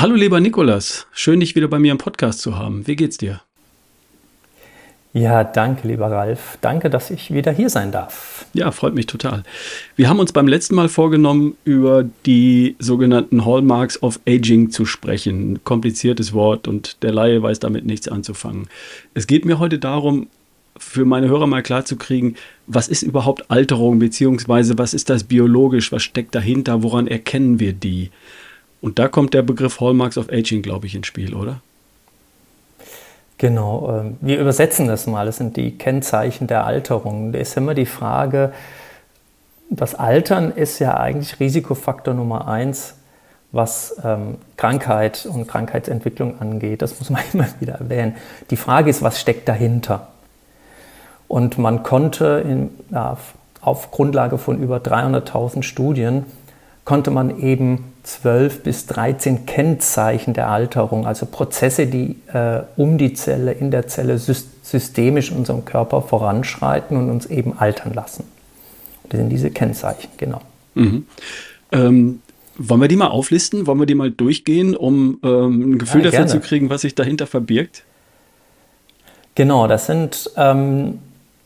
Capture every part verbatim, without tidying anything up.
Hallo lieber Nikolas, schön dich wieder bei mir im Podcast zu haben. Wie geht's dir? Ja, danke, lieber Ralf. Danke, dass ich wieder hier sein darf. Ja, freut mich total. Wir haben uns beim letzten Mal vorgenommen, über die sogenannten Hallmarks of Aging zu sprechen. Kompliziertes Wort und der Laie weiß damit nichts anzufangen. Es geht mir heute darum, für meine Hörer mal klarzukriegen, was ist überhaupt Alterung, beziehungsweise was ist das biologisch, was steckt dahinter, woran erkennen wir die? Und da kommt der Begriff Hallmarks of Aging, glaube ich, ins Spiel, oder? Genau, wir übersetzen das mal. Das sind die Kennzeichen der Alterung. Da ist immer die Frage, das Altern ist ja eigentlich Risikofaktor Nummer eins, was ähm, Krankheit und Krankheitsentwicklung angeht. Das muss man immer wieder erwähnen. Die Frage ist, was steckt dahinter? Und man konnte in, ja, auf Grundlage von über dreihunderttausend Studien konnte man eben zwölf bis dreizehn Kennzeichen der Alterung, also Prozesse, die äh, um die Zelle, in der Zelle systemisch in unserem Körper voranschreiten und uns eben altern lassen. Das sind diese Kennzeichen, genau. Mhm. Ähm, wollen wir die mal auflisten? Wollen wir die mal durchgehen, um ähm, ein Gefühl ja, dafür gerne. zu kriegen, was sich dahinter verbirgt? Genau, das sind ähm,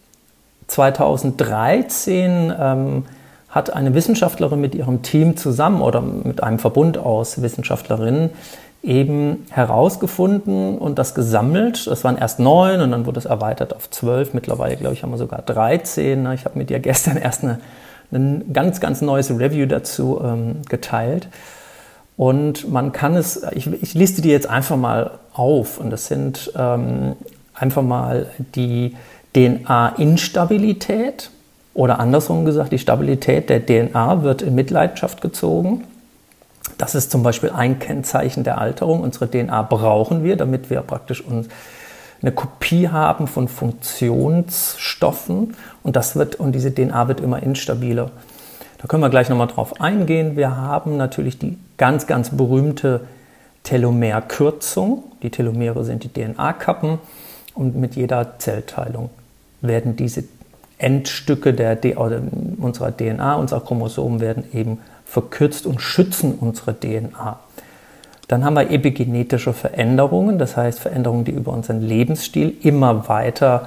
zweitausenddreizehn ähm, hat eine Wissenschaftlerin mit ihrem Team zusammen oder mit einem Verbund aus Wissenschaftlerinnen eben herausgefunden und das gesammelt. Das waren erst neun und dann wurde es erweitert auf zwölf. Mittlerweile, glaube ich, haben wir sogar dreizehn. Ich habe mit ihr gestern erst eine, ein ganz, ganz neues Review dazu ähm, geteilt. Und man kann es, ich, ich liste die jetzt einfach mal auf. Und das sind ähm, einfach mal die D N A-Instabilität. Oder andersrum gesagt, die Stabilität der D N A wird in Mitleidenschaft gezogen. Das ist zum Beispiel ein Kennzeichen der Alterung. Unsere D N A brauchen wir, damit wir praktisch uns eine Kopie haben von Funktionsstoffen. Und, das wird, und diese D N A wird immer instabiler. Da können wir gleich nochmal drauf eingehen. Wir haben natürlich die ganz, ganz berühmte Telomerkürzung. Die Telomere sind die D N A-Kappen. Und mit jeder Zellteilung werden diese Endstücke der D- oder unserer D N A, unserer Chromosomen werden eben verkürzt und schützen unsere D N A. Dann haben wir epigenetische Veränderungen, das heißt Veränderungen, die über unseren Lebensstil immer weiter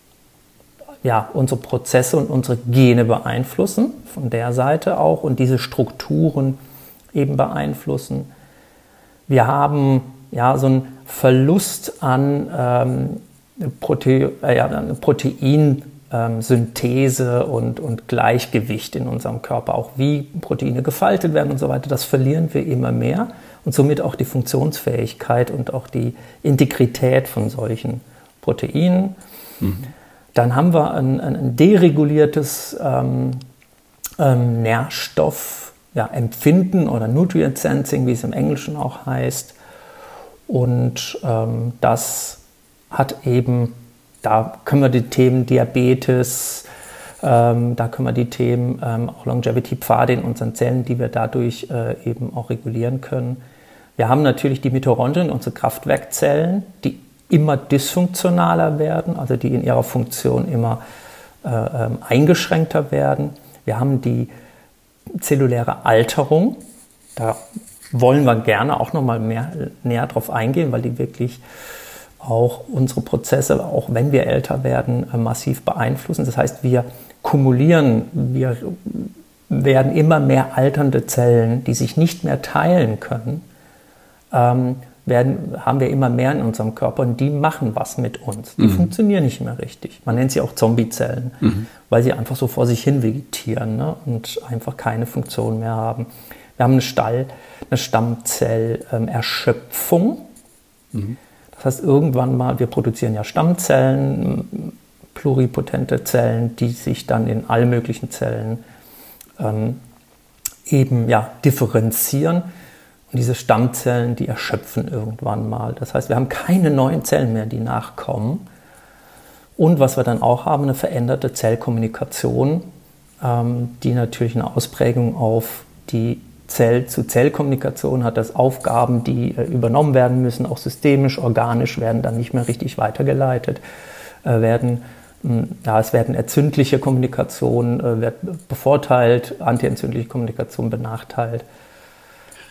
ja, unsere Prozesse und unsere Gene beeinflussen, von der Seite auch, und diese Strukturen eben beeinflussen. Wir haben ja so einen Verlust an ähm, Prote- äh, ja, Protein, Synthese und, und Gleichgewicht in unserem Körper, auch wie Proteine gefaltet werden und so weiter, das verlieren wir immer mehr und somit auch die Funktionsfähigkeit und auch die Integrität von solchen Proteinen. Mhm. Dann haben wir ein, ein dereguliertes ähm, ähm, Nährstoffempfinden ja, oder Nutrient Sensing, wie es im Englischen auch heißt. Und ähm, das hat eben Da können wir die Themen Diabetes, ähm, da können wir die Themen ähm, auch Longevity-Pfade in unseren Zellen, die wir dadurch äh, eben auch regulieren können. Wir haben natürlich die Mitochondrien, unsere Kraftwerkzellen, die immer dysfunktionaler werden, also die in ihrer Funktion immer äh, ähm, eingeschränkter werden. Wir haben die zelluläre Alterung, da wollen wir gerne auch nochmal mehr, näher drauf eingehen, weil die wirklich auch unsere Prozesse, auch wenn wir älter werden, massiv beeinflussen. Das heißt, wir kumulieren, wir werden immer mehr alternde Zellen, die sich nicht mehr teilen können, ähm, werden, haben wir immer mehr in unserem Körper und die machen was mit uns. Die mhm. funktionieren nicht mehr richtig. Man nennt sie auch Zombiezellen, mhm. weil sie einfach so vor sich hin vegetieren, ne, und einfach keine Funktion mehr haben. Wir haben eine, Stall, eine Stammzellerschöpfung. Mhm. Das heißt, irgendwann mal, wir produzieren ja Stammzellen, pluripotente Zellen, die sich dann in alle möglichen Zellen ähm, eben ja, differenzieren. Und diese Stammzellen, die erschöpfen irgendwann mal. Das heißt, wir haben keine neuen Zellen mehr, die nachkommen. Und was wir dann auch haben, eine veränderte Zellkommunikation, ähm, die natürlich eine Ausprägung auf die Zell-zu-Zell-Kommunikation hat, das Aufgaben, die äh, übernommen werden müssen, auch systemisch, organisch, werden dann nicht mehr richtig weitergeleitet, äh, werden, mh, ja, es werden entzündliche Kommunikation, äh, wird bevorteilt, antientzündliche Kommunikation benachteiligt.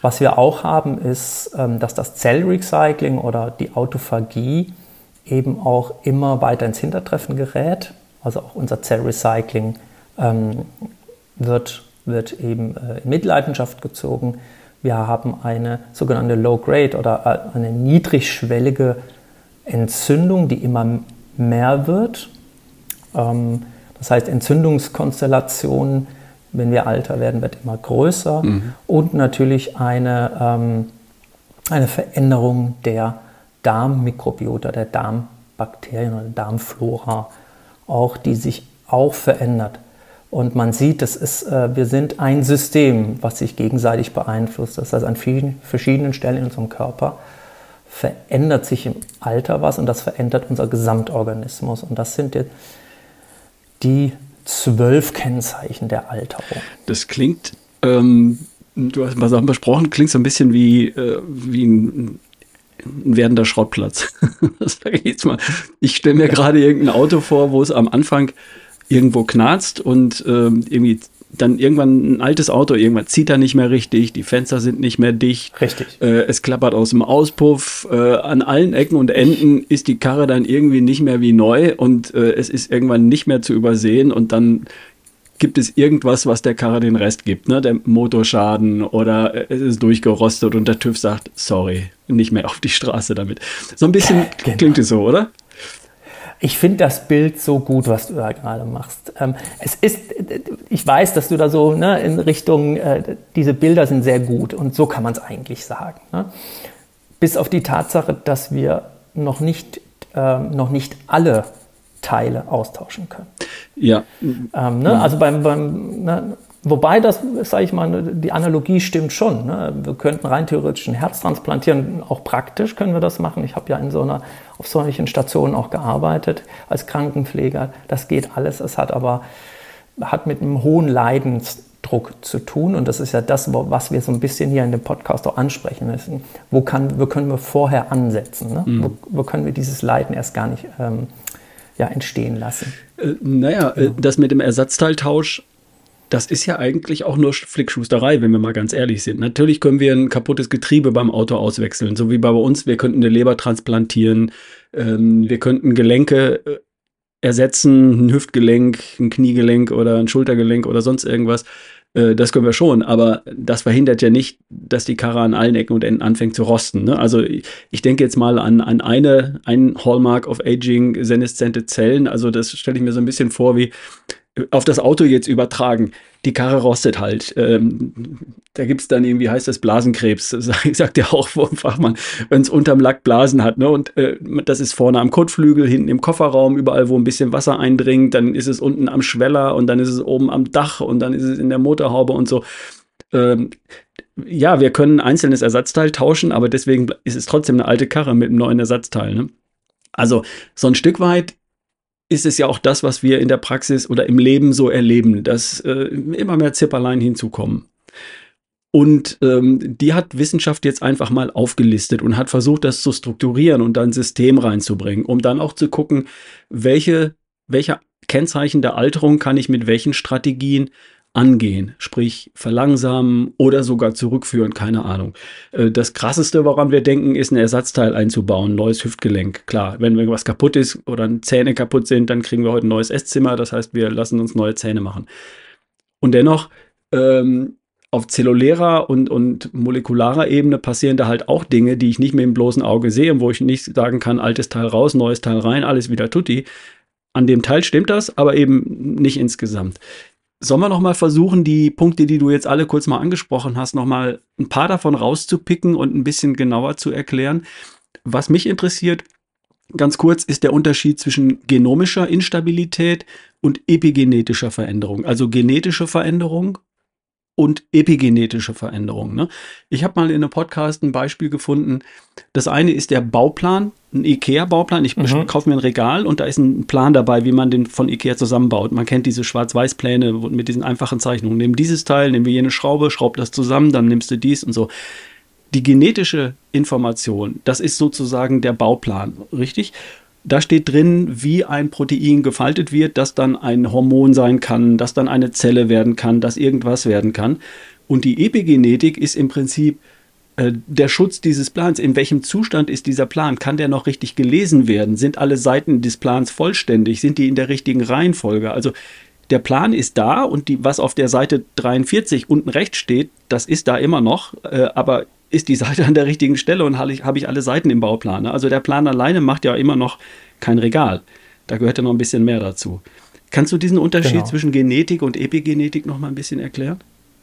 Was wir auch haben, ist, dass das Zellrecycling oder die Autophagie eben auch immer weiter ins Hintertreffen gerät. Also auch unser Zellrecycling ähm, wird, wird eben äh, in Mitleidenschaft gezogen. Wir haben eine sogenannte Low-Grade oder eine niedrigschwellige Entzündung, die immer mehr wird. Ähm, das heißt, Entzündungskonstellationen, wenn wir älter werden, wird immer größer. Mhm. Und natürlich eine, ähm, eine Veränderung der Darmmikrobiota, der Darmbakterien oder Darmflora, auch die sich auch verändert. Und man sieht, das ist, äh, wir sind ein System, was sich gegenseitig beeinflusst. Das heißt, an vielen verschiedenen Stellen in unserem Körper verändert sich im Alter was und das verändert unser Gesamtorganismus. Und das sind die, die zwölf Kennzeichen der Alterung. Das klingt, ähm, du hast mal Sachen besprochen, klingt so ein bisschen wie, äh, wie ein, ein werdender Schrottplatz. Das sage ich jetzt mal. Ich stelle mir gerade irgendein Auto vor, wo es am Anfang irgendwo knarzt und ähm, irgendwie dann irgendwann ein altes Auto, irgendwann zieht er nicht mehr richtig, die Fenster sind nicht mehr dicht. Richtig. Äh, es klappert aus dem Auspuff. Äh, an allen Ecken und Enden ist die Karre dann irgendwie nicht mehr wie neu und äh, es ist irgendwann nicht mehr zu übersehen und dann gibt es irgendwas, was der Karre den Rest gibt, ne? Der Motorschaden oder äh, es ist durchgerostet und der TÜV sagt, sorry, nicht mehr auf die Straße damit. So ein bisschen genau. Klingt es so, oder? Ich finde das Bild so gut, was du da gerade machst. Ähm, es ist, ich weiß, dass du da so ne, in Richtung, äh, diese Bilder sind sehr gut und so kann man es eigentlich sagen. Ne? Bis auf die Tatsache, dass wir noch nicht, äh, noch nicht alle Teile austauschen können. Ja. Ähm, ne? Also beim, beim ne? Wobei das, sage ich mal, die Analogie stimmt schon. Ne? Wir könnten rein theoretisch ein Herz transplantieren, auch praktisch können wir das machen. Ich habe ja in so einer, auf solchen Stationen auch gearbeitet als Krankenpfleger. Das geht alles. Es hat aber hat mit einem hohen Leidensdruck zu tun. Und das ist ja das, was wir so ein bisschen hier in dem Podcast auch ansprechen müssen. Wo, kann, wo können wir vorher ansetzen? Ne? Mhm. Wo, wo können wir dieses Leiden erst gar nicht ähm, ja, entstehen lassen? Äh, naja, genau. äh, das mit dem Ersatzteiltausch, das ist ja eigentlich auch nur Flickschusterei, wenn wir mal ganz ehrlich sind. Natürlich können wir ein kaputtes Getriebe beim Auto auswechseln, so wie bei uns. Wir könnten eine Leber transplantieren, ähm, wir könnten Gelenke äh, ersetzen, ein Hüftgelenk, ein Kniegelenk oder ein Schultergelenk oder sonst irgendwas. Äh, das können wir schon, aber das verhindert ja nicht, dass die Karre an allen Ecken und Enden anfängt zu rosten. Ne? Also ich, ich denke jetzt mal an, an eine, ein Hallmark of Aging, seneszente Zellen. Also das stelle ich mir so ein bisschen vor wie auf das Auto jetzt übertragen. Die Karre rostet halt. Ähm, da gibt es dann irgendwie, heißt das Blasenkrebs, sagt ja auch vom Fachmann, wenn es unterm Lack Blasen hat. Ne? Und äh, das ist vorne am Kotflügel, hinten im Kofferraum, überall, wo ein bisschen Wasser eindringt. Dann ist es unten am Schweller und dann ist es oben am Dach und dann ist es in der Motorhaube und so. Ähm, ja, wir können ein einzelnes Ersatzteil tauschen, aber deswegen ist es trotzdem eine alte Karre mit einem neuen Ersatzteil. Ne? Also so ein Stück weit ist es ja auch das, was wir in der Praxis oder im Leben so erleben, dass äh, immer mehr Zipperlein hinzukommen. Und ähm, die hat Wissenschaft jetzt einfach mal aufgelistet und hat versucht, das zu strukturieren und dann ein System reinzubringen, um dann auch zu gucken, welche, welche Kennzeichen der Alterung kann ich mit welchen Strategien angehen, sprich verlangsamen oder sogar zurückführen, keine Ahnung. Das Krasseste, woran wir denken, ist ein Ersatzteil einzubauen, ein neues Hüftgelenk. Klar, wenn irgendwas kaputt ist oder Zähne kaputt sind, dann kriegen wir heute ein neues Esszimmer, das heißt, wir lassen uns neue Zähne machen. Und dennoch, ähm, auf zellulärer und, und molekularer Ebene passieren da halt auch Dinge, die ich nicht mit dem bloßen Auge sehe und wo ich nicht sagen kann, altes Teil raus, neues Teil rein, alles wieder tutti. An dem Teil stimmt das, aber eben nicht insgesamt. Sollen wir noch mal versuchen, die Punkte, die du jetzt alle kurz mal angesprochen hast, noch mal ein paar davon rauszupicken und ein bisschen genauer zu erklären? Was mich interessiert, ganz kurz, ist der Unterschied zwischen genomischer Instabilität und epigenetischer Veränderung. Also genetische Veränderung und epigenetische Veränderung. Ne? Ich habe mal in einem Podcast ein Beispiel gefunden. Das eine ist der Bauplan, ein IKEA-Bauplan. Ich mhm. kaufe mir ein Regal und da ist ein Plan dabei, wie man den von IKEA zusammenbaut. Man kennt diese Schwarz-Weiß-Pläne mit diesen einfachen Zeichnungen. Nimm dieses Teil, nimm jene Schraube, schraub das zusammen, dann nimmst du dies und so. Die genetische Information, das ist sozusagen der Bauplan, richtig? Da steht drin, wie ein Protein gefaltet wird, das dann ein Hormon sein kann, das dann eine Zelle werden kann, das irgendwas werden kann. Und die Epigenetik ist im Prinzip Äh, der Schutz dieses Plans, in welchem Zustand ist dieser Plan? Kann der noch richtig gelesen werden? Sind alle Seiten des Plans vollständig? Sind die in der richtigen Reihenfolge? Also der Plan ist da und die, was auf der Seite dreiundvierzig unten rechts steht, das ist da immer noch, äh, aber ist die Seite an der richtigen Stelle und habe ich, hab ich alle Seiten im Bauplan? Also der Plan alleine macht ja immer noch kein Regal. Da gehört ja noch ein bisschen mehr dazu. Kannst du diesen Unterschied genau. zwischen Genetik und Epigenetik noch mal ein bisschen erklären?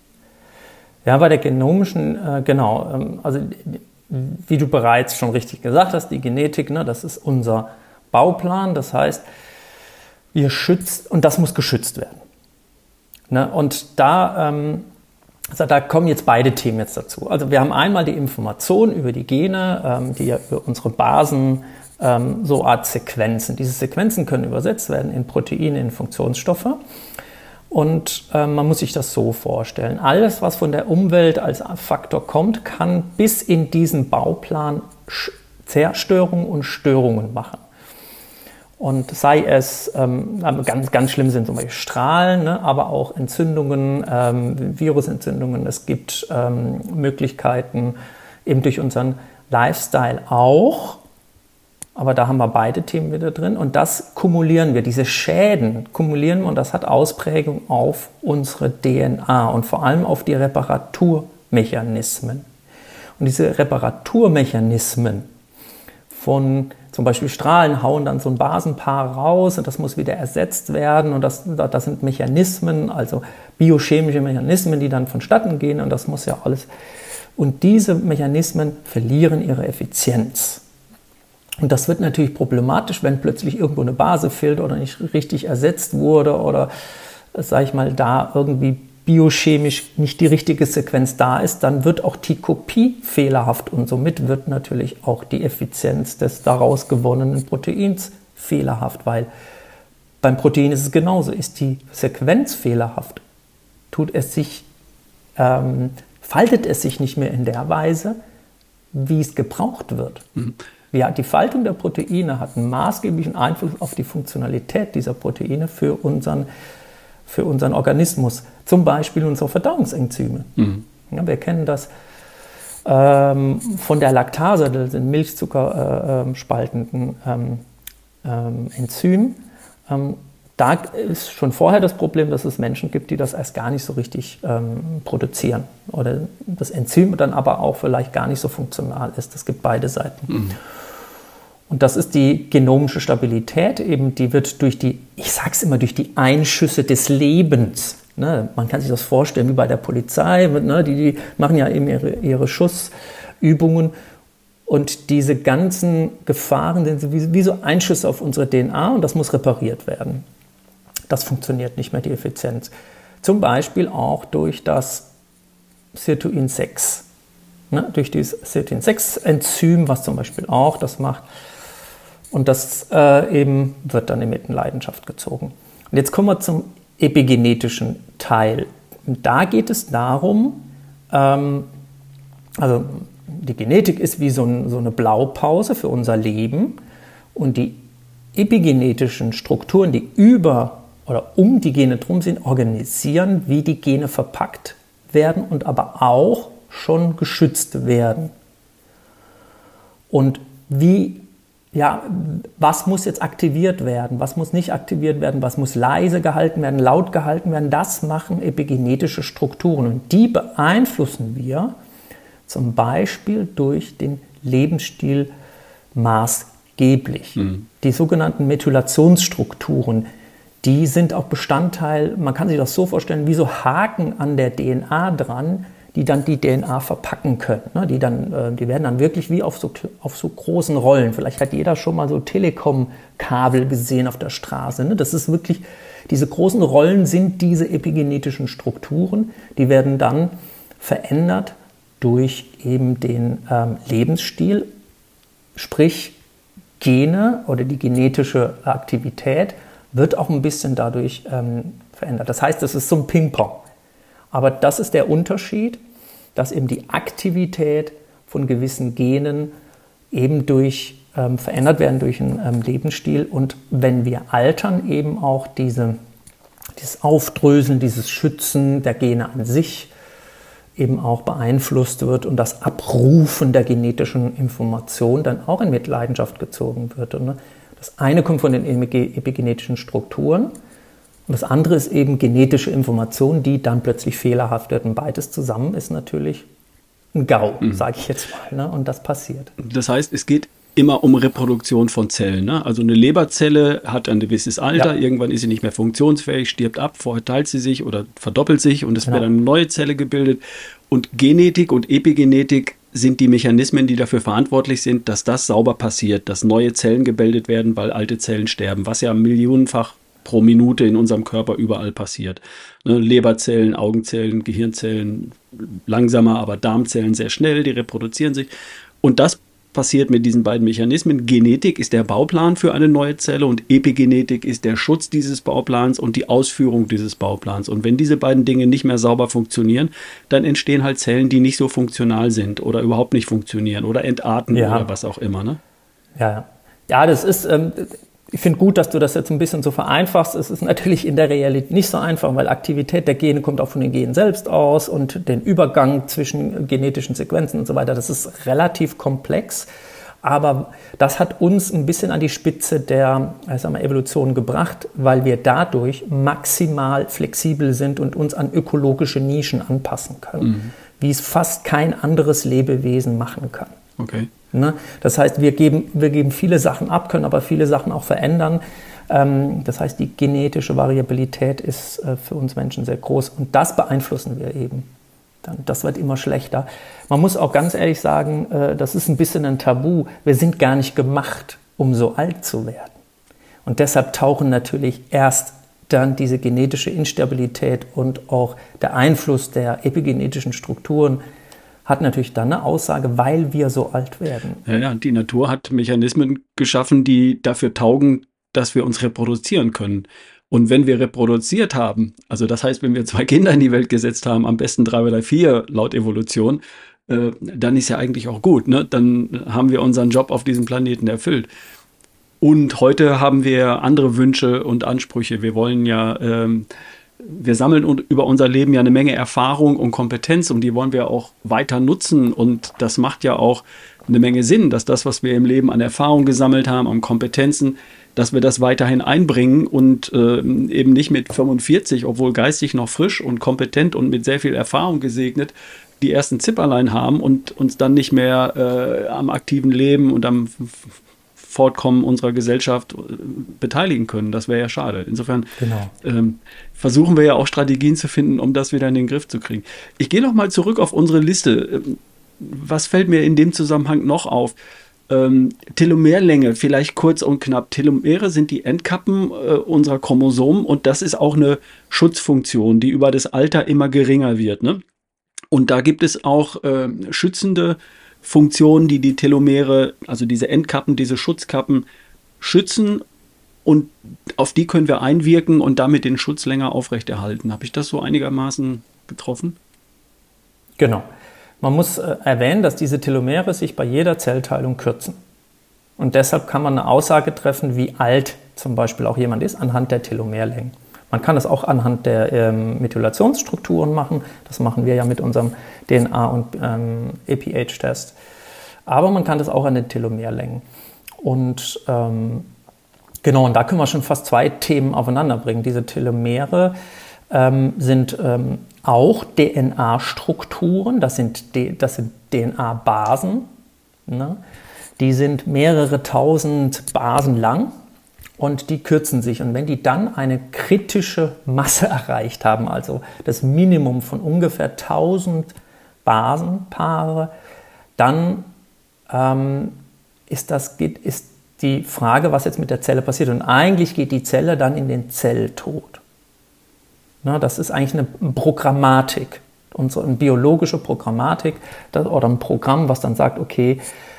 Ja, bei der genomischen, äh, genau, ähm, also wie du bereits schon richtig gesagt hast, die Genetik, ne, das ist unser Bauplan, das heißt, wir schützen, und das muss geschützt werden. Ne, und da, ähm, also da kommen jetzt beide Themen jetzt dazu. Also wir haben einmal die Information über die Gene, ähm, die ja über unsere Basen, ähm, so Art Sequenzen. Diese Sequenzen können übersetzt werden in Proteine, in Funktionsstoffe. Und äh, man muss sich das so vorstellen. Alles, was von der Umwelt als Faktor kommt, kann bis in diesen Bauplan Zerstörungen und Störungen machen. Und sei es, ähm, ganz, ganz schlimm sind zum Beispiel Strahlen, ne, aber auch Entzündungen, ähm, Virusentzündungen. Es gibt ähm, Möglichkeiten eben durch unseren Lifestyle auch. Aber da haben wir beide Themen wieder drin. Und das kumulieren wir, diese Schäden kumulieren wir und das hat Ausprägung auf unsere D N A und vor allem auf die Reparaturmechanismen. Und diese Reparaturmechanismen von zum Beispiel Strahlen hauen dann so ein Basenpaar raus und das muss wieder ersetzt werden. Und das, das sind Mechanismen, also biochemische Mechanismen, die dann vonstatten gehen und das muss ja alles. Und diese Mechanismen verlieren ihre Effizienz. Und das wird natürlich problematisch, wenn plötzlich irgendwo eine Base fehlt oder nicht richtig ersetzt wurde oder, sag ich mal, da irgendwie biochemisch nicht die richtige Sequenz da ist, dann wird auch die Kopie fehlerhaft und somit wird natürlich auch die Effizienz des daraus gewonnenen Proteins fehlerhaft, weil beim Protein ist es genauso. Ist die Sequenz fehlerhaft, tut es sich, ähm, faltet es sich nicht mehr in der Weise, wie es gebraucht wird. Mhm. Ja, die Faltung der Proteine hat einen maßgeblichen Einfluss auf die Funktionalität dieser Proteine für unseren, für unseren Organismus. Zum Beispiel unsere Verdauungsenzyme. Mhm. Ja, wir kennen das ähm, von der Laktase, das sind Milchzucker äh, äh, spaltenden ähm, ähm, Enzym. Ähm, da ist schon vorher das Problem, dass es Menschen gibt, die das erst gar nicht so richtig ähm, produzieren. Oder das Enzym dann aber auch vielleicht gar nicht so funktional ist. Das gibt beide Seiten. Mhm. Und das ist die genomische Stabilität, eben die wird durch die, ich sage es immer, durch die Einschüsse des Lebens, ne, man kann sich das vorstellen wie bei der Polizei, ne, die, die machen ja eben ihre, ihre Schussübungen und diese ganzen Gefahren sind wie, wie so Einschüsse auf unsere D N A und das muss repariert werden. Das funktioniert nicht mehr, die Effizienz. Zum Beispiel auch durch das Sirtuin sechs, ne, durch dieses Sirtuin sechs Enzym, was zum Beispiel auch das macht. Und das äh, eben wird dann in Mitleidenschaft gezogen. Und jetzt kommen wir zum epigenetischen Teil. Und da geht es darum, ähm, also die Genetik ist wie so, ein, so eine Blaupause für unser Leben und die epigenetischen Strukturen, die über oder um die Gene drum sind, organisieren, wie die Gene verpackt werden und aber auch schon geschützt werden. Und wie Ja, was muss jetzt aktiviert werden, was muss nicht aktiviert werden, was muss leise gehalten werden, laut gehalten werden, das machen epigenetische Strukturen und die beeinflussen wir zum Beispiel durch den Lebensstil maßgeblich. Mhm. Die sogenannten Methylationsstrukturen, die sind auch Bestandteil, man kann sich das so vorstellen, wie so Haken an der D N A dran, die dann die D N A verpacken können. Die, dann, die werden dann wirklich wie auf so, auf so großen Rollen. Vielleicht hat jeder schon mal so Telekom-Kabel gesehen auf der Straße. Das ist wirklich, diese großen Rollen sind diese epigenetischen Strukturen. Die werden dann verändert durch eben den ähm, Lebensstil, sprich Gene oder die genetische Aktivität wird auch ein bisschen dadurch ähm, verändert. Das heißt, es ist so ein Ping-Pong. Aber das ist der Unterschied, dass eben die Aktivität von gewissen Genen eben durch, ähm, verändert werden durch einen ähm, Lebensstil. Und wenn wir altern, eben auch diese, dieses Aufdröseln, dieses Schützen der Gene an sich eben auch beeinflusst wird und das Abrufen der genetischen Information dann auch in Mitleidenschaft gezogen wird. Und, ne, das eine kommt von den epigenetischen Strukturen und das andere ist eben genetische Information, die dann plötzlich fehlerhaft wird. Und beides zusammen ist natürlich ein GAU, mhm. sage ich jetzt mal. Ne? Und das passiert. Das heißt, es geht immer um Reproduktion von Zellen. Ne? Also eine Leberzelle hat ein gewisses Alter, ja. Irgendwann ist sie nicht mehr funktionsfähig, stirbt ab, vorher teilt sie sich oder verdoppelt sich und es genau. wird eine neue Zelle gebildet. Und Genetik und Epigenetik sind die Mechanismen, die dafür verantwortlich sind, dass das sauber passiert, dass neue Zellen gebildet werden, weil alte Zellen sterben, was ja millionenfach pro Minute in unserem Körper überall passiert. Ne? Leberzellen, Augenzellen, Gehirnzellen, langsamer, aber Darmzellen sehr schnell, die reproduzieren sich. Und das passiert mit diesen beiden Mechanismen. Genetik ist der Bauplan für eine neue Zelle und Epigenetik ist der Schutz dieses Bauplans und die Ausführung dieses Bauplans. Und wenn diese beiden Dinge nicht mehr sauber funktionieren, dann entstehen halt Zellen, die nicht so funktional sind oder überhaupt nicht funktionieren oder entarten ja. oder was auch immer. Ne? Ja, ja, das ist... Ähm Ich finde gut, dass du das jetzt ein bisschen so vereinfachst. Es ist natürlich in der Realität nicht so einfach, weil Aktivität der Gene kommt auch von den Genen selbst aus und den Übergang zwischen genetischen Sequenzen und so weiter. Das ist relativ komplex, aber das hat uns ein bisschen an die Spitze der ich sag mal, Evolution gebracht, weil wir dadurch maximal flexibel sind und uns an ökologische Nischen anpassen können, mhm. wie es fast kein anderes Lebewesen machen kann. Okay. Ne? Das heißt, wir geben, wir geben viele Sachen ab, können aber viele Sachen auch verändern. Ähm, das heißt, die genetische Variabilität ist äh, für uns Menschen sehr groß und das beeinflussen wir eben. Dann, das wird immer schlechter. Man muss auch ganz ehrlich sagen, äh, das ist ein bisschen ein Tabu. Wir sind gar nicht gemacht, um so alt zu werden. Und deshalb tauchen natürlich erst dann diese genetische Instabilität und auch der Einfluss der epigenetischen Strukturen hat natürlich dann eine Aussage, weil wir so alt werden. Ja, ja, die Natur hat Mechanismen geschaffen, die dafür taugen, dass wir uns reproduzieren können. Und wenn wir reproduziert haben, also das heißt, wenn wir zwei Kinder in die Welt gesetzt haben, am besten drei oder vier laut Evolution, äh, dann ist ja eigentlich auch gut, ne? Dann haben wir unseren Job auf diesem Planeten erfüllt. Und heute haben wir andere Wünsche und Ansprüche. Wir wollen ja... Ähm, Wir sammeln über unser Leben ja eine Menge Erfahrung und Kompetenz und die wollen wir auch weiter nutzen und das macht ja auch eine Menge Sinn, dass das, was wir im Leben an Erfahrung gesammelt haben, an Kompetenzen, dass wir das weiterhin einbringen und äh, eben nicht mit fünfundvierzig, obwohl geistig noch frisch und kompetent und mit sehr viel Erfahrung gesegnet, die ersten Zipperlein haben und uns dann nicht mehr äh, am aktiven Leben und am Fortkommen unserer Gesellschaft beteiligen können. Das wäre ja schade. Insofern genau. ähm, versuchen wir ja auch Strategien zu finden, um das wieder in den Griff zu kriegen. Ich gehe noch mal zurück auf unsere Liste. Was fällt mir in dem Zusammenhang noch auf? Ähm, Telomerlänge, vielleicht kurz und knapp. Telomere sind die Endkappen äh, unserer Chromosomen und das ist auch eine Schutzfunktion, die über das Alter immer geringer wird. Ne? Und da gibt es auch äh, schützende Funktionen, die die Telomere, also diese Endkappen, diese Schutzkappen schützen und auf die können wir einwirken und damit den Schutz länger aufrechterhalten. Habe ich das so einigermaßen getroffen? Genau. Man muss äh, erwähnen, dass diese Telomere sich bei jeder Zellteilung kürzen. Und deshalb kann man eine Aussage treffen, wie alt zum Beispiel auch jemand ist, anhand der Telomerlängen. Man kann das auch anhand der ähm, Methylationsstrukturen machen. Das machen wir ja mit unserem D N A- und ähm, A P H-Test. Aber man kann das auch an den Telomerlängen. Und ähm, genau, und da können wir schon fast zwei Themen aufeinanderbringen. Diese Telomere ähm, sind ähm, auch D N A-Strukturen, das sind, D- das sind D N A-Basen. Ne? Die sind mehrere tausend Basen lang. Und die kürzen sich. Und wenn die dann eine kritische Masse erreicht haben, also das Minimum von ungefähr tausend Basenpaare, dann ähm, ist, das, geht, ist die Frage, was jetzt mit der Zelle passiert. Und eigentlich geht die Zelle dann in den Zelltod. Na, das ist eigentlich eine Programmatik, unsere, eine biologische Programmatik das, oder ein Programm, was dann sagt, okay,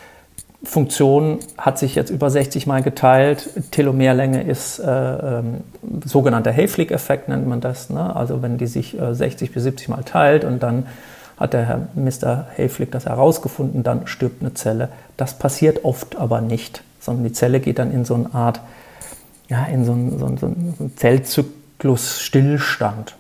Funktion hat sich jetzt über sechzig Mal geteilt. Telomerlänge ist äh, ähm, sogenannter Hayflick-Effekt, nennt man das. Ne? Also wenn die sich äh, sechzig bis siebzig Mal teilt und dann hat der Herr Mister Hayflick das herausgefunden, dann stirbt eine Zelle. Das passiert oft aber nicht, sondern die Zelle geht dann in so eine Art, ja, in so einen, so einen, so einen Zellzyklus-Stillstand.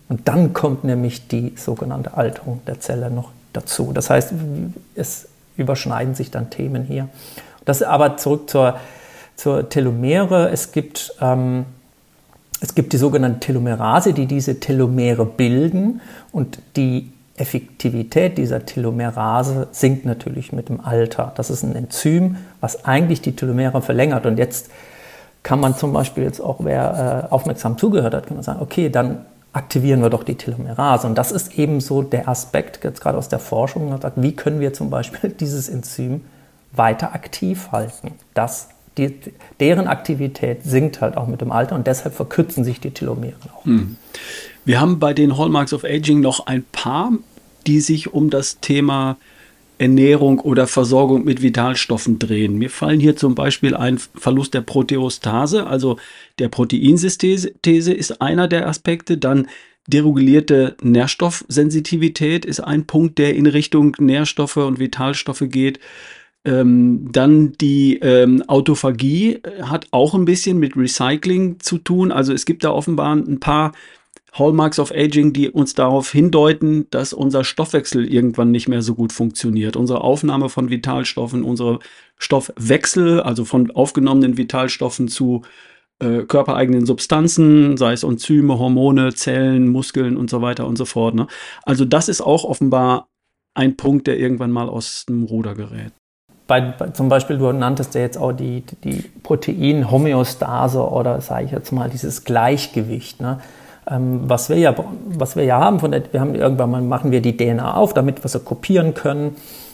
Und dann kommt nämlich die sogenannte Alterung der Zelle noch dazu. Das heißt, es überschneiden sich dann Themen hier. Das aber zurück zur, zur Telomere. Es gibt, ähm, es gibt die sogenannte Telomerase, die diese Telomere bilden, und die Effektivität dieser Telomerase sinkt natürlich mit dem Alter. Das ist ein Enzym, was eigentlich die Telomere verlängert. Und jetzt kann man zum Beispiel, jetzt auch wer äh, aufmerksam zugehört hat, kann man sagen, okay, dann aktivieren wir doch die Telomerase. Und das ist eben so der Aspekt, jetzt gerade aus der Forschung, man sagt, wie können wir zum Beispiel dieses Enzym weiter aktiv halten. Das, die, deren Aktivität sinkt halt auch mit dem Alter, und deshalb verkürzen sich die Telomere auch. Hm. Wir haben bei den Hallmarks of Aging noch ein paar, die sich um das Thema Ernährung oder Versorgung mit Vitalstoffen drehen. Mir fallen hier zum Beispiel ein Verlust der Proteostase, also der Proteinsynthese ist einer der Aspekte. Dann deregulierte Nährstoffsensitivität ist ein Punkt, der in Richtung Nährstoffe und Vitalstoffe geht. Ähm, dann die ähm, Autophagie hat auch ein bisschen mit Recycling zu tun. Also es gibt da offenbar ein paar Hallmarks of Aging, die uns darauf hindeuten, dass unser Stoffwechsel irgendwann nicht mehr so gut funktioniert. Unsere Aufnahme von Vitalstoffen, unsere Stoffwechsel, also von aufgenommenen Vitalstoffen zu äh, körpereigenen Substanzen, sei es Enzyme, Hormone, Zellen, Muskeln und so weiter und so fort. Ne? Also das ist auch offenbar ein Punkt, der irgendwann mal aus dem Ruder gerät. Bei, bei, zum Beispiel, du nanntest ja jetzt auch die, die Proteinhomöostase oder, sage ich jetzt mal, dieses Gleichgewicht, ne? Ähm, was wir ja, was wir ja haben, von der, wir haben irgendwann mal, machen wir die D N A auf, damit wir sie kopieren können.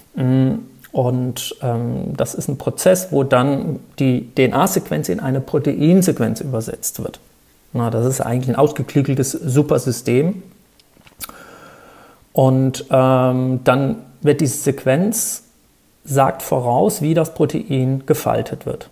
Und ähm, das ist ein Prozess, wo dann die D N A-Sequenz in eine Proteinsequenz übersetzt wird. Na, das ist eigentlich ein ausgeklügeltes Supersystem. Und ähm, dann wird diese Sequenz sagt voraus, wie das Protein gefaltet wird.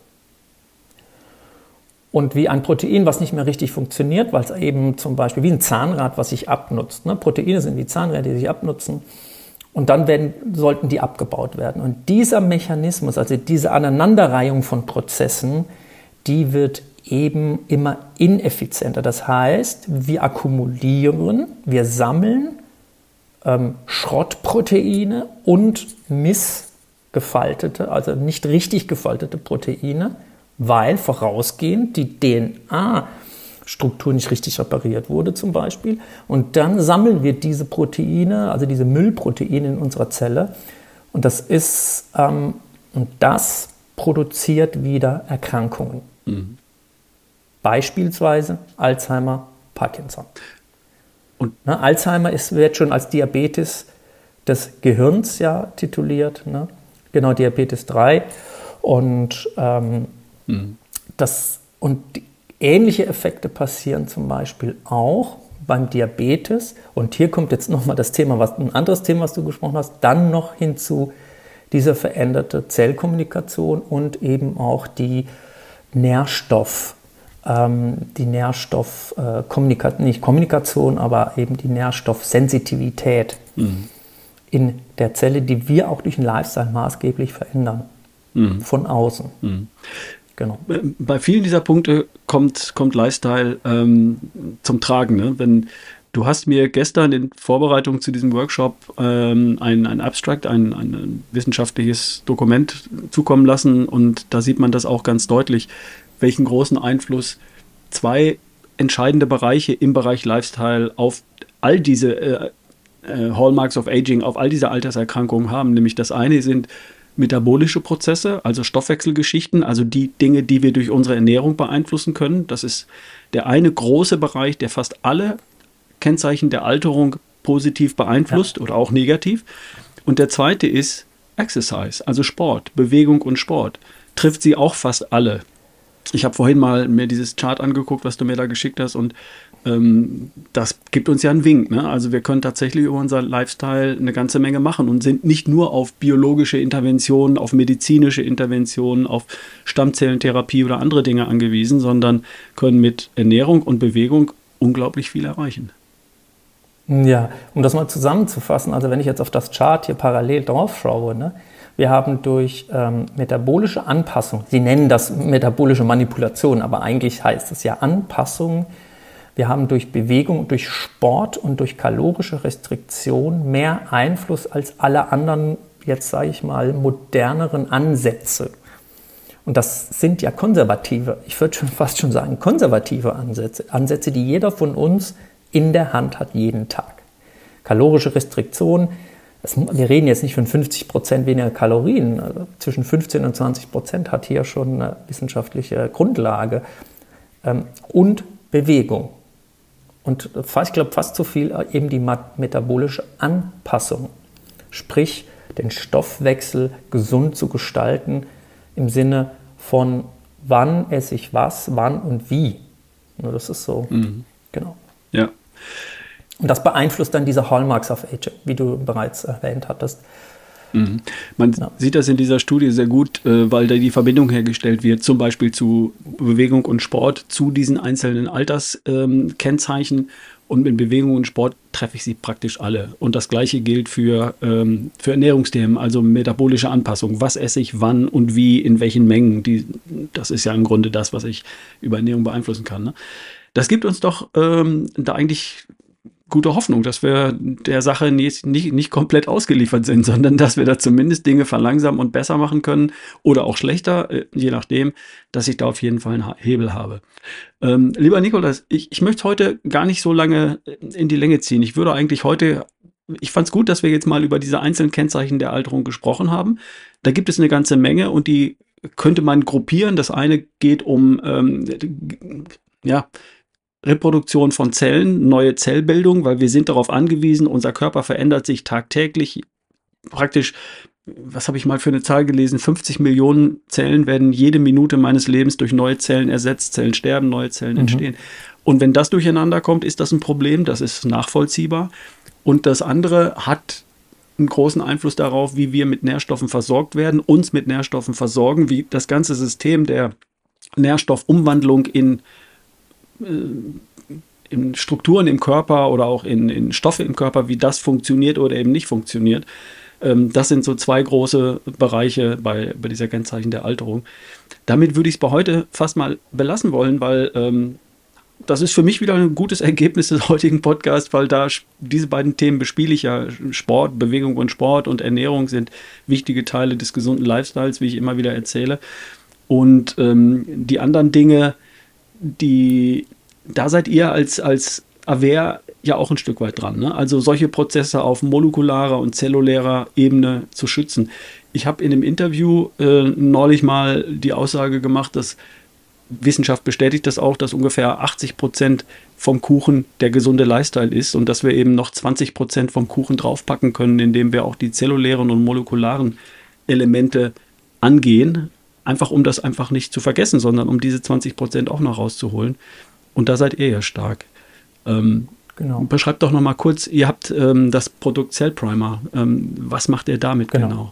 Und wie ein Protein, was nicht mehr richtig funktioniert, weil es eben zum Beispiel wie ein Zahnrad, was sich abnutzt. Ne? Proteine sind wie Zahnräder, die sich abnutzen. Und dann werden, sollten die abgebaut werden. Und dieser Mechanismus, also diese Aneinanderreihung von Prozessen, die wird eben immer ineffizienter. Das heißt, wir akkumulieren, wir sammeln ähm, Schrottproteine und missgefaltete, also nicht richtig gefaltete Proteine, weil vorausgehend die D N A-Struktur nicht richtig repariert wurde zum Beispiel. Und dann sammeln wir diese Proteine, also diese Müllproteine in unserer Zelle. Und das ist, ähm, und das produziert wieder Erkrankungen. Mhm. Beispielsweise Alzheimer, Parkinson. Und ne, Alzheimer ist, wird schon als Diabetes des Gehirns ja tituliert, ne? Genau, Diabetes drei. Und ähm, mhm. das und die, ähnliche Effekte passieren zum Beispiel auch beim Diabetes. Und hier kommt jetzt nochmal das Thema, was ein anderes Thema, was du gesprochen hast, dann noch hinzu diese veränderte Zellkommunikation und eben auch die Nährstoff, ähm, die Nährstoffkommunikation, äh, nicht Kommunikation, aber eben die Nährstoffsensitivität mhm. in der Zelle, die wir auch durch den Lifestyle maßgeblich verändern, mhm. von außen. Mhm. Genau. Bei vielen dieser Punkte kommt, kommt Lifestyle ähm, zum Tragen. Ne? Wenn, du hast mir gestern in Vorbereitung zu diesem Workshop ähm, ein, ein Abstract, ein, ein wissenschaftliches Dokument zukommen lassen, und da sieht man das auch ganz deutlich, welchen großen Einfluss zwei entscheidende Bereiche im Bereich Lifestyle auf all diese äh, äh, Hallmarks of Aging, auf all diese Alterserkrankungen haben. Nämlich das eine sind metabolische Prozesse, also Stoffwechselgeschichten, also die Dinge, die wir durch unsere Ernährung beeinflussen können. Das ist der eine große Bereich, der fast alle Kennzeichen der Alterung positiv beeinflusst, ja, oder auch negativ. Und der zweite ist Exercise, also Sport, Bewegung und Sport. Trifft sie auch fast alle. Ich habe vorhin mal mir dieses Chart angeguckt, was du mir da geschickt hast, und ähm, das gibt uns ja einen Wink. Ne? Also wir können tatsächlich über unser Lifestyle eine ganze Menge machen und sind nicht nur auf biologische Interventionen, auf medizinische Interventionen, auf Stammzellentherapie oder andere Dinge angewiesen, sondern können mit Ernährung und Bewegung unglaublich viel erreichen. Ja, um das mal zusammenzufassen, also wenn ich jetzt auf das Chart hier parallel drauf schaue, ne, wir haben durch ähm, metabolische Anpassung, Sie nennen das metabolische Manipulation, aber eigentlich heißt es ja Anpassung Wir haben durch Bewegung, durch Sport und durch kalorische Restriktion mehr Einfluss als alle anderen, jetzt sage ich mal, moderneren Ansätze. Und das sind ja konservative, ich würde schon fast schon sagen, konservative Ansätze. Ansätze, die jeder von uns in der Hand hat, jeden Tag. Kalorische Restriktion, das, wir reden jetzt nicht von fünfzig Prozent weniger Kalorien, also zwischen fünfzehn und zwanzig Prozent hat hier schon eine wissenschaftliche Grundlage. Ähm, und Bewegung. Und ich glaube fast so viel eben die metabolische Anpassung, sprich den Stoffwechsel gesund zu gestalten im Sinne von wann esse ich was, wann und wie. Das ist so, mhm. genau. Ja. Und das beeinflusst dann diese Hallmarks of Aging, wie du bereits erwähnt hattest. Mhm. Man ja. sieht das in dieser Studie sehr gut, äh, weil da die Verbindung hergestellt wird, zum Beispiel zu Bewegung und Sport, zu diesen einzelnen Alterskennzeichen. Ähm, und mit Bewegung und Sport treffe ich sie praktisch alle. Und das Gleiche gilt für, ähm, für Ernährungsthemen, also metabolische Anpassung. Was esse ich, wann und wie, in welchen Mengen. Die, das ist ja im Grunde das, was ich über Ernährung beeinflussen kann. Ne? Das gibt uns doch ähm, da eigentlich gute Hoffnung, dass wir der Sache nicht, nicht, nicht komplett ausgeliefert sind, sondern dass wir da zumindest Dinge verlangsamen und besser machen können oder auch schlechter, je nachdem, dass ich da auf jeden Fall einen Hebel habe. Ähm, lieber Nikolas, ich, ich möchte heute gar nicht so lange in die Länge ziehen. Ich würde eigentlich heute, ich fand es gut, dass wir jetzt mal über diese einzelnen Kennzeichen der Alterung gesprochen haben. Da gibt es eine ganze Menge und die könnte man gruppieren. Das eine geht um, ähm, ja, Reproduktion von Zellen, neue Zellbildung, weil wir sind darauf angewiesen, unser Körper verändert sich tagtäglich. Praktisch, was habe ich mal für eine Zahl gelesen, fünfzig Millionen Zellen werden jede Minute meines Lebens durch neue Zellen ersetzt. Zellen sterben, neue Zellen mhm. entstehen. Und wenn das durcheinander kommt, ist das ein Problem, das ist nachvollziehbar. Und das andere hat einen großen Einfluss darauf, wie wir mit Nährstoffen versorgt werden, uns mit Nährstoffen versorgen, wie das ganze System der Nährstoffumwandlung in in Strukturen im Körper oder auch in, in Stoffe im Körper, wie das funktioniert oder eben nicht funktioniert. Ähm, das sind so zwei große Bereiche bei, bei dieser Kennzeichen der Alterung. Damit würde ich es bei heute fast mal belassen wollen, weil ähm, das ist für mich wieder ein gutes Ergebnis des heutigen Podcasts, weil da diese beiden Themen bespiele ich ja. Sport, Bewegung und Sport und Ernährung sind wichtige Teile des gesunden Lifestyles, wie ich immer wieder erzähle. Und ähm, die anderen Dinge, die, da seid ihr als, als Aware ja auch ein Stück weit dran, ne? Also solche Prozesse auf molekularer und zellulärer Ebene zu schützen. Ich habe in einem Interview äh, neulich mal die Aussage gemacht, dass Wissenschaft bestätigt das auch, dass ungefähr achtzig Prozent vom Kuchen der gesunde Lifestyle ist und dass wir eben noch zwanzig Prozent vom Kuchen draufpacken können, indem wir auch die zellulären und molekularen Elemente angehen. Einfach um das einfach nicht zu vergessen, sondern um diese zwanzig Prozent auch noch rauszuholen. Und da seid ihr ja stark. Ähm, genau. Beschreibt doch noch mal kurz, ihr habt ähm, das Produkt Cell Primer. Ähm, was macht ihr damit genau? genau?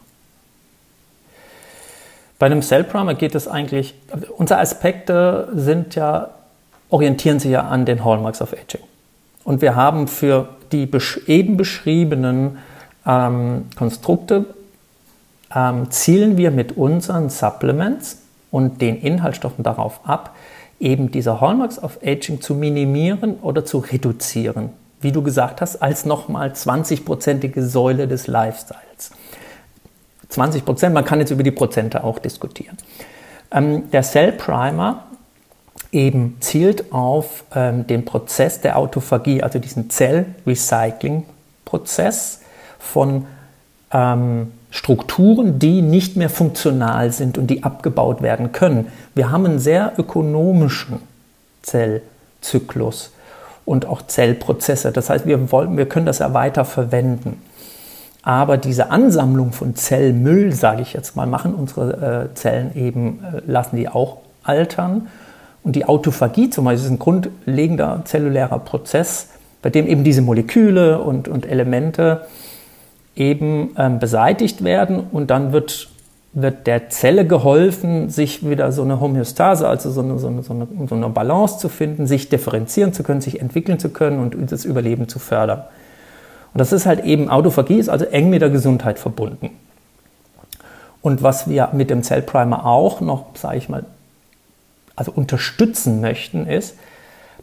Bei einem Cell Primer geht es eigentlich, unsere Aspekte sind ja, orientieren sich ja an den Hallmarks of Aging. Und wir haben für die eben beschriebenen ähm, Konstrukte Ähm, zielen wir mit unseren Supplements und den Inhaltsstoffen darauf ab, eben diese Hallmarks of Aging zu minimieren oder zu reduzieren. Wie du gesagt hast, als nochmal zwanzig-prozentige Säule des Lifestyles. zwanzig Prozent, man kann jetzt über die Prozente auch diskutieren. Ähm, der Cell Primer eben zielt auf ähm, den Prozess der Autophagie, also diesen Zell-Recycling-Prozess von ähm, Strukturen, die nicht mehr funktional sind und die abgebaut werden können. Wir haben einen sehr ökonomischen Zellzyklus und auch Zellprozesse. Das heißt, wir, wollen, wir können das ja weiter verwenden. Aber diese Ansammlung von Zellmüll, sage ich jetzt mal, machen unsere äh, Zellen eben, äh, lassen die auch altern. Und die Autophagie zum Beispiel ist ein grundlegender zellulärer Prozess, bei dem eben diese Moleküle und, und Elemente eben ähm, beseitigt werden und dann wird, wird der Zelle geholfen, sich wieder so eine Homöostase, also so eine, so, eine, so, eine, so eine Balance zu finden, sich differenzieren zu können, sich entwickeln zu können und das Überleben zu fördern. Und das ist halt eben, Autophagie ist also eng mit der Gesundheit verbunden. Und was wir mit dem Cell Primer auch noch, sage ich mal, also unterstützen möchten, ist,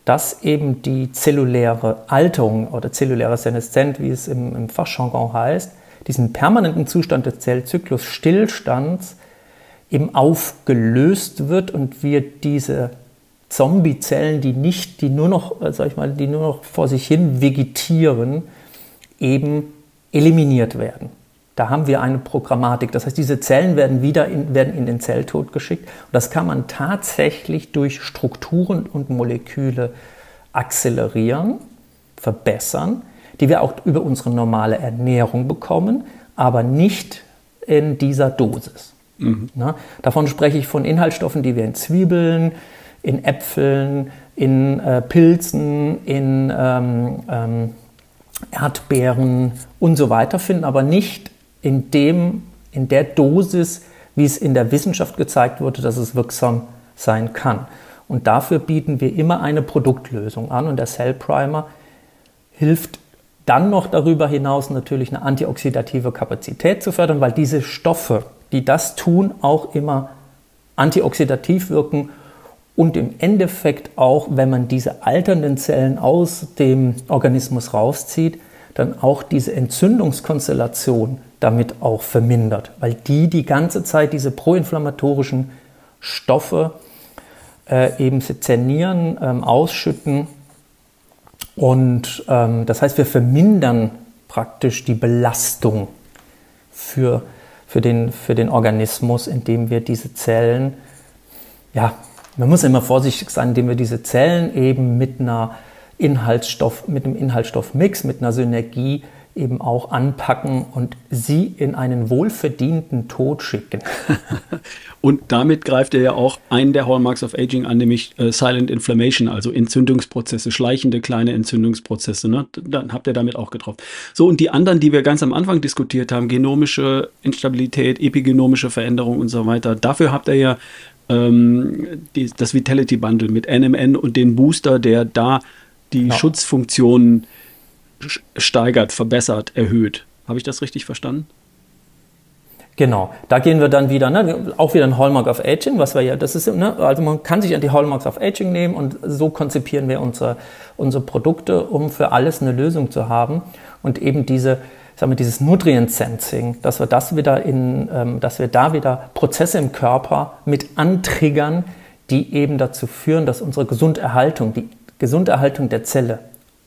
dass eben die zelluläre Alterung oder zelluläre Seneszenz, wie es im, im Fachjargon heißt, diesen permanenten Zustand des Zellzyklus Stillstands eben aufgelöst wird und wir diese Zombiezellen, die nicht, die nur noch, sag ich mal, die nur noch vor sich hin vegetieren, eben eliminiert werden. Da haben wir eine Programmatik. Das heißt, diese Zellen werden wieder in, werden in den Zelltod geschickt. Und das kann man tatsächlich durch Strukturen und Moleküle akzelerieren, verbessern, die wir auch über unsere normale Ernährung bekommen, aber nicht in dieser Dosis. Mhm. Na, davon spreche ich von Inhaltsstoffen, die wir in Zwiebeln, in Äpfeln, in äh, Pilzen, in ähm, ähm, Erdbeeren und so weiter finden, aber nicht in, dem, in der Dosis, wie es in der Wissenschaft gezeigt wurde, dass es wirksam sein kann. Und dafür bieten wir immer eine Produktlösung an und der Cell Primer hilft dann noch darüber hinaus natürlich eine antioxidative Kapazität zu fördern, weil diese Stoffe, die das tun, auch immer antioxidativ wirken und im Endeffekt auch, wenn man diese alternden Zellen aus dem Organismus rauszieht, dann auch diese Entzündungskonstellation damit auch vermindert, weil die die ganze Zeit diese proinflammatorischen Stoffe äh, eben sezernieren, ähm, ausschütten und ähm, das heißt, wir vermindern praktisch die Belastung für, für, den, für den Organismus, indem wir diese Zellen, ja, man muss immer vorsichtig sein, indem wir diese Zellen eben mit einer Inhaltsstoff, mit einem Inhaltsstoffmix, mit einer Synergie eben auch anpacken und sie in einen wohlverdienten Tod schicken. Und damit greift er ja auch einen der Hallmarks of Aging an, nämlich äh, Silent Inflammation, also Entzündungsprozesse, schleichende kleine Entzündungsprozesse. Ne? Dann habt ihr damit auch getroffen. So, und die anderen, die wir ganz am Anfang diskutiert haben, genomische Instabilität, epigenomische Veränderung und so weiter, dafür habt ihr ja ähm, die, das Vitality Bundle mit N M N und den Booster, der da die genau. Schutzfunktionen steigert, verbessert, erhöht. Habe ich das richtig verstanden? Genau, da gehen wir dann wieder, ne, auch wieder ein Hallmark of Aging, was wir ja, das ist, ne, also man kann sich an die Hallmarks of Aging nehmen und so konzipieren wir unsere, unsere Produkte, um für alles eine Lösung zu haben und eben diese, sagen wir, dieses Nutrient Sensing, dass wir das wieder in, ähm, dass wir da wieder Prozesse im Körper mit antriggern, die eben dazu führen, dass unsere Gesunderhaltung, die Gesunderhaltung der Zelle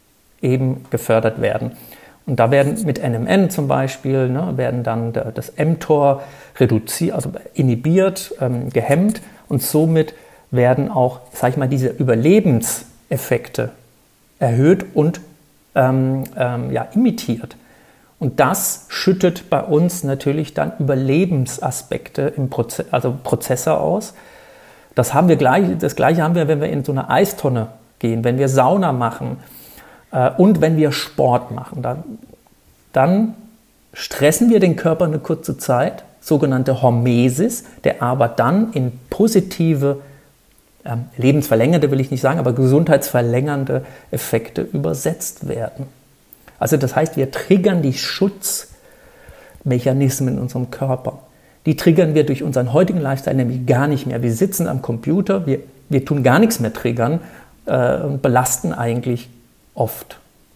eben gefördert werden. Und da werden mit N M N zum Beispiel, ne, werden dann das mTOR reduziert, also inhibiert, ähm, gehemmt und somit werden auch, sag ich mal, diese Überlebenseffekte erhöht und ähm, ähm, ja, imitiert. Und das schüttet bei uns natürlich dann Überlebensaspekte im Proze- also Prozesse aus. Das haben wir gleich, das Gleiche haben wir, wenn wir in so eine Eistonne gehen, wenn wir Sauna machen, und wenn wir Sport machen, dann, dann stressen wir den Körper eine kurze Zeit, sogenannte Hormesis, der aber dann in positive, äh, lebensverlängernde will ich nicht sagen, aber gesundheitsverlängernde Effekte übersetzt werden. Also das heißt, wir triggern die Schutzmechanismen in unserem Körper. Die triggern wir durch unseren heutigen Lifestyle nämlich gar nicht mehr. Wir sitzen am Computer, wir, wir tun gar nichts mehr triggern äh, und belasten eigentlich oft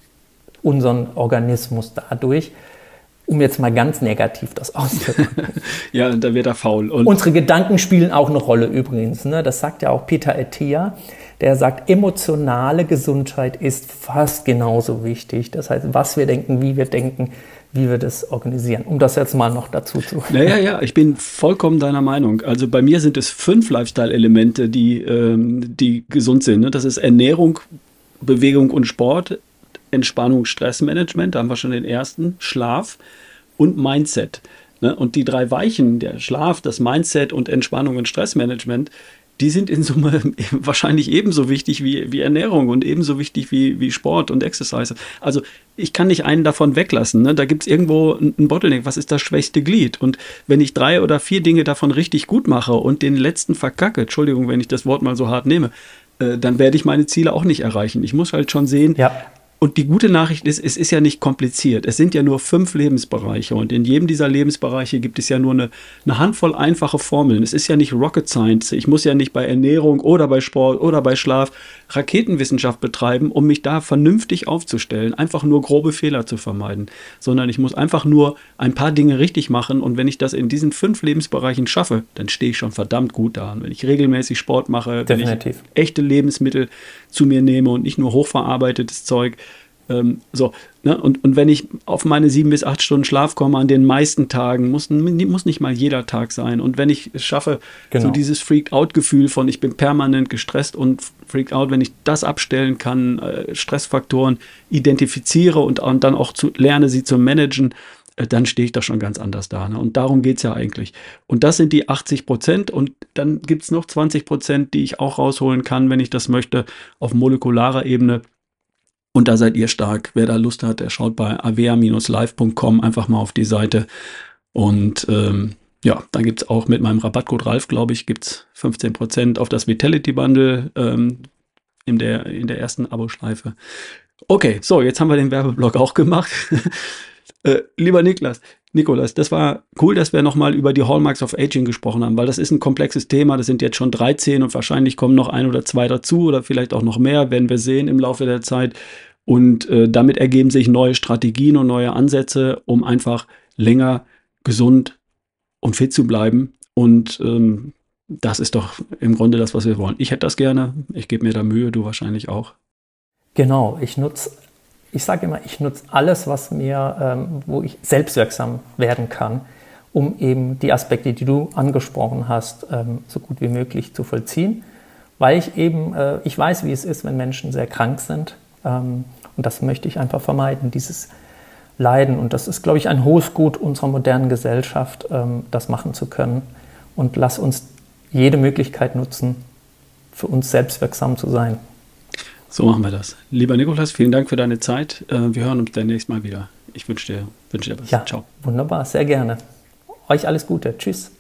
unseren Organismus dadurch, um jetzt mal ganz negativ das auszudrücken. Ja, da wird er faul. Und unsere Gedanken spielen auch eine Rolle übrigens. Ne? Das sagt ja auch Peter Attia, der sagt, emotionale Gesundheit ist fast genauso wichtig. Das heißt, was wir denken, wie wir denken, wie wir das organisieren. Um das jetzt mal noch dazu zu. Naja, ja, ich bin vollkommen deiner Meinung. Also bei mir sind es fünf Lifestyle-Elemente, die, ähm, die gesund sind. Ne? Das ist Ernährung, Bewegung und Sport, Entspannung, Stressmanagement, da haben wir schon den ersten, Schlaf und Mindset. Ne? Und die drei Weichen, der Schlaf, das Mindset und Entspannung und Stressmanagement, die sind in Summe wahrscheinlich ebenso wichtig wie, wie Ernährung und ebenso wichtig wie, wie Sport und Exercise. Also ich kann nicht einen davon weglassen. Ne? Da gibt es irgendwo ein Bottleneck. Was ist das schwächste Glied? Und wenn ich drei oder vier Dinge davon richtig gut mache und den letzten verkacke, Entschuldigung, wenn ich das Wort mal so hart nehme, dann werde ich meine Ziele auch nicht erreichen. Ich muss halt schon sehen, ja. Und die gute Nachricht ist, es ist ja nicht kompliziert. Es sind ja nur fünf Lebensbereiche und in jedem dieser Lebensbereiche gibt es ja nur eine, eine Handvoll einfache Formeln. Es ist ja nicht Rocket Science. Ich muss ja nicht bei Ernährung oder bei Sport oder bei Schlaf Raketenwissenschaft betreiben, um mich da vernünftig aufzustellen, einfach nur grobe Fehler zu vermeiden, sondern ich muss einfach nur ein paar Dinge richtig machen und wenn ich das in diesen fünf Lebensbereichen schaffe, dann stehe ich schon verdammt gut da. Und wenn ich regelmäßig Sport mache, Definitiv. wenn ich echte Lebensmittel zu mir nehme und nicht nur hochverarbeitetes Zeug, ähm, so, ne? und, und wenn ich auf meine sieben bis acht Stunden Schlaf komme an den meisten Tagen, muss, muss nicht mal jeder Tag sein. Und wenn ich es schaffe, Genau. so dieses Freaked-Out-Gefühl von ich bin permanent gestresst und Freaked Out, wenn ich das abstellen kann, äh, Stressfaktoren identifiziere und, und dann auch zu, lerne, sie zu managen, äh, dann stehe ich da schon ganz anders da. Ne? Und darum geht es ja eigentlich. Und das sind die achtzig Prozent und dann gibt es noch zwanzig Prozent, die ich auch rausholen kann, wenn ich das möchte, auf molekularer Ebene. Und da seid ihr stark. Wer da Lust hat, der schaut bei avea Bindestrich live Punkt com einfach mal auf die Seite. Und ähm, ja, dann gibt es auch mit meinem Rabattcode Ralf, glaube ich, gibt es fünfzehn Prozent auf das Vitality Bundle ähm, in, der, in der ersten Abo-Schleife. Okay, so, jetzt haben wir den Werbeblock auch gemacht. äh, lieber Niklas, Nikolas, das war cool, dass wir nochmal über die Hallmarks of Aging gesprochen haben, weil das ist ein komplexes Thema. Das sind jetzt schon dreizehn und wahrscheinlich kommen noch ein oder zwei dazu oder vielleicht auch noch mehr, werden wir sehen im Laufe der Zeit. Und äh, damit ergeben sich neue Strategien und neue Ansätze, um einfach länger gesund und fit zu bleiben. Und ähm, das ist doch im Grunde das, was wir wollen. Ich hätte das gerne. Ich gebe mir da Mühe, du wahrscheinlich auch. Genau, ich nutze, ich sage immer, ich nutze alles, was mir, ähm, wo ich selbstwirksam werden kann, um eben die Aspekte, die du angesprochen hast, ähm, so gut wie möglich zu vollziehen. Weil ich eben, äh, ich weiß, wie es ist, wenn Menschen sehr krank sind. Ähm, und das möchte ich einfach vermeiden, dieses Leiden. Und das ist, glaube ich, ein hohes Gut unserer modernen Gesellschaft, ähm, das machen zu können. Und lass uns jede Möglichkeit nutzen, für uns selbstwirksam zu sein. So machen wir das. Lieber Nikolas, vielen Dank für deine Zeit. Wir hören uns demnächst mal wieder. Ich wünsche dir, wünsche dir was. Ja, ciao. Wunderbar, sehr gerne. Euch alles Gute. Tschüss.